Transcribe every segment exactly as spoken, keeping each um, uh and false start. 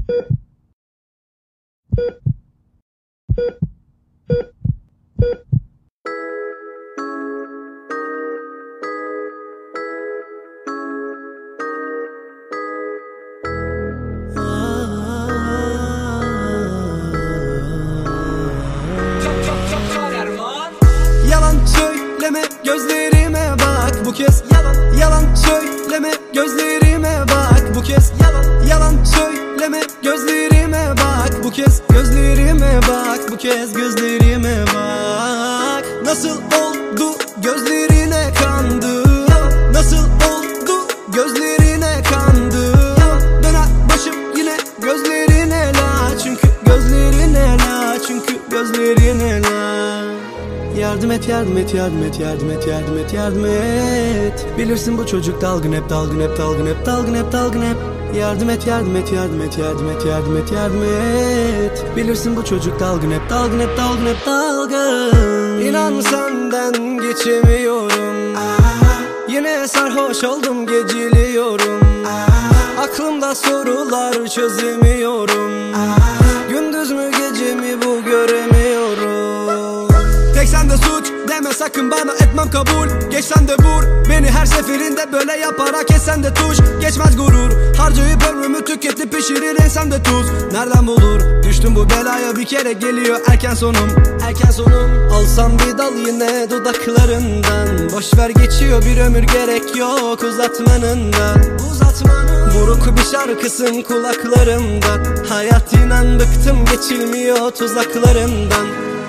Yalan söyleme, gözlerime bak bu kez. Yalan, yalan söyleme, gözlerime bak bu kez. Yalan, yalan söyleme, gözlerime bak bu kez. Gözlerime bak bu kez, gözlerime bak. Nasıl oldu gözlerine kandım? Nasıl oldu gözlerine kandım? Döner başım yine gözlerine la. Çünkü gözlerine la, çünkü gözlerine la. Yardım et, yardım et, yardım et, yardım et, yardım et, yardım et. Bilirsin bu çocuk dalgın hep, dalgın hep, dalgın hep, dalgın hep, dalgın hep. Yardım et, yardım et, yardım et, yardım et, yardım et, yardım et. Bilirsin bu çocuk dalgın hep, dalgın hep, dalgın hep, dalgın. İnan senden geçemiyorum. Yine sarhoş oldum, geciliyorum. Aklımda sorular çözemiyorum. Gündüz mü gece mi bu göremiyorum. Tek sende suç deme sakın bana, etmem kabul. Geçsen de vur beni her seferinde, böyle yaparak kesen de tuş. Geçmez gurur, harcayıp ömrümü tüketip pişirir ensem de tuz. Nereden bulur düştüm bu belaya, bir kere geliyor erken sonum. Erken sonum. Alsam bir dal yine dudaklarından. Boşver geçiyor bir ömür, gerek yok uzatmanından. Uzatmanın. Buruk bir şarkısın kulaklarımda. Hayat inan bıktım, geçilmiyor tuzaklarından.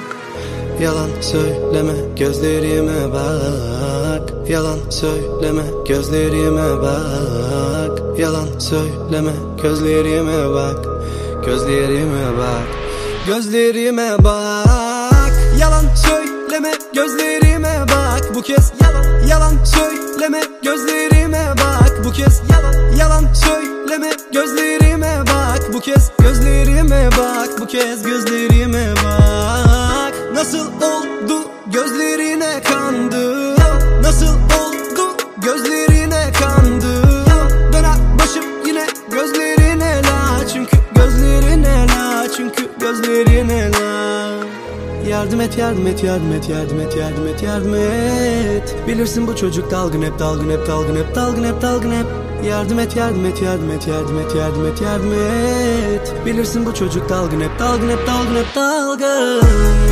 Yalan söyleme, gözlerime bak. Yalan söyleme, gözlerime bak. Yalan söyleme, gözlerime bak. Gözlerime bak. Gözlerime bak. Yalan söyleme, gözlerime bak bu kez. Yalan, yalan söyleme, gözlerime bak bu kez. Yalan, yalan söyleme, gözlerime bak bu kez. Gözlerime bak bu kez, gözlerime bak. Nasıl oldu gözlerine kandım? Nasıl oldu gözlerine kandım? Döner başım yine gözlerine la. Çünkü gözlerine la, çünkü gözlerine la. Yardım et, yardım et, yardım et, yardım et, yardım et, yardım et. Bilirsin bu çocuk dalgın hep, dalgın hep, dalgın hep, dalgın hep, dalgın hep. Yardım et, yardım et, yardım et, yardım et, yardım et, yardım et. Bilirsin bu çocuk dalgın hep, dalgın hep, dalgın hep, dalgın.